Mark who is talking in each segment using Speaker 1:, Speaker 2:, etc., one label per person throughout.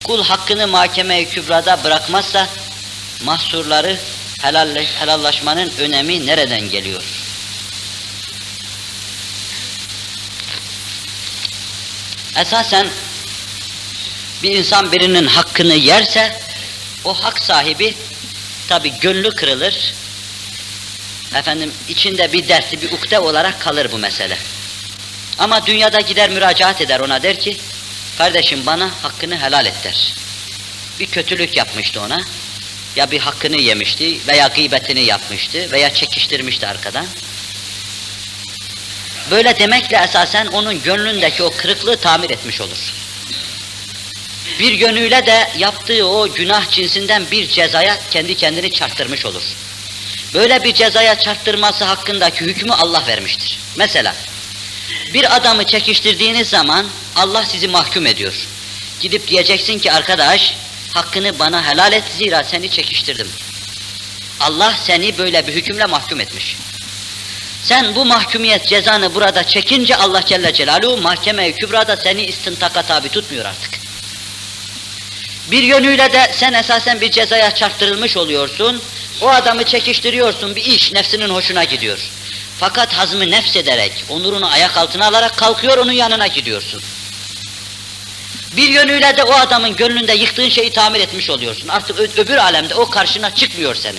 Speaker 1: Kul hakkını mahkeme-i kübrada bırakmazsa mahsurları helallaşmanın önemi nereden geliyor? Esasen bir insan birinin hakkını yerse o hak sahibi tabi gönlü kırılır. İçinde bir dertli bir ukde olarak kalır bu mesele. Ama dünyada gider müracaat eder, ona der ki kardeşim bana hakkını helal et der. Bir kötülük yapmıştı ona, ya bir hakkını yemişti veya gıybetini yapmıştı veya çekiştirmişti arkadan. Böyle demekle esasen onun gönlündeki o kırıklığı tamir etmiş olur. Bir yönüyle de yaptığı o günah cinsinden bir cezaya kendi kendini çarptırmış olur. Böyle bir cezaya çarptırması hakkındaki hükmü Allah vermiştir. Mesela bir adamı çekiştirdiğiniz zaman Allah sizi mahkum ediyor. Gidip diyeceksin ki arkadaş hakkını bana helal et zira seni çekiştirdim. Allah seni böyle bir hükümle mahkum etmiş. Sen bu mahkumiyet cezanı burada çekince Allah Celle Celaluhu mahkeme-i kübrada seni istintaka tabi tutmuyor artık. Bir yönüyle de sen esasen bir cezaya çarptırılmış oluyorsun, o adamı çekiştiriyorsun, bir iş nefsinin hoşuna gidiyor. Fakat hazmı nefs ederek, onurunu ayak altına alarak kalkıyor, onun yanına gidiyorsun. Bir yönüyle de o adamın gönlünde yıktığın şeyi tamir etmiş oluyorsun. Artık öbür alemde o karşına çıkmıyor senin.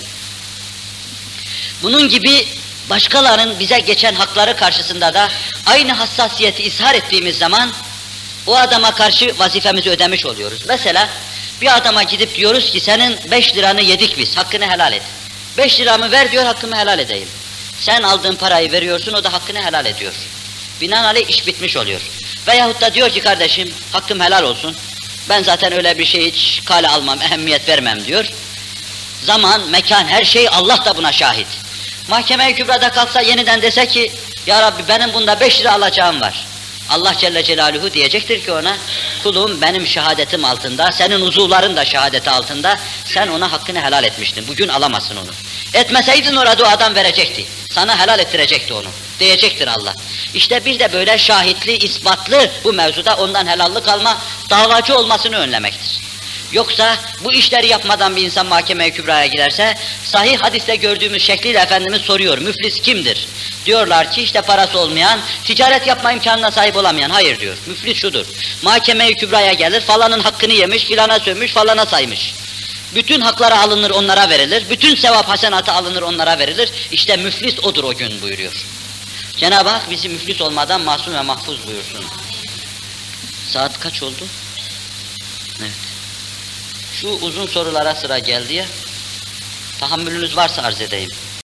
Speaker 1: Bunun gibi başkalarının bize geçen hakları karşısında da aynı hassasiyeti ishar ettiğimiz zaman o adama karşı vazifemizi ödemiş oluyoruz. Mesela bir adama gidip diyoruz ki senin 5 liranı yedik biz, hakkını helal et. 5 liramı ver diyor, hakkımı helal edeyim. Sen aldığın parayı veriyorsun, o da hakkını helal ediyor. Binaenaleyh iş bitmiş oluyor. Veyahut da diyor ki kardeşim hakkım helal olsun, ben zaten öyle bir şey hiç kale almam, ehemmiyet vermem diyor. Zaman, mekan, her şey Allah da buna şahit. Mahkeme-i kübrada kalksa yeniden dese ki ya Rabbi benim bunda 5 lira alacağım var. Allah Celle Celaluhu diyecektir ki ona kulum benim şehadetim altında, senin uzuvların da şehadeti altında, sen ona hakkını helal etmiştin, bugün alamazsın onu. Etmeseydin orada o adam verecekti, sana helal ettirecekti onu, diyecektir Allah. İşte bir de böyle şahitli, ispatlı bu mevzuda ondan helallik alma, davacı olmasını önlemektir. Yoksa bu işleri yapmadan bir insan mahkeme-i kübraya giderse, sahih hadiste gördüğümüz şekliyle Efendimiz soruyor, müflis kimdir? Diyorlar ki işte parası olmayan, ticaret yapma imkanına sahip olamayan. Hayır diyor, müflis şudur. Mahkeme-i kübraya gelir, falanın hakkını yemiş, filana sövmüş, falana saymış. Bütün hakları alınır onlara verilir, bütün sevap hasenatı alınır onlara verilir. İşte müflis odur o gün buyuruyor. Cenab-ı Hak bizi müflis olmadan masum ve mahfuz buyursun. Saat kaç oldu? Evet. Şu uzun sorulara sıra geldi ya, tahammülünüz varsa arz edeyim.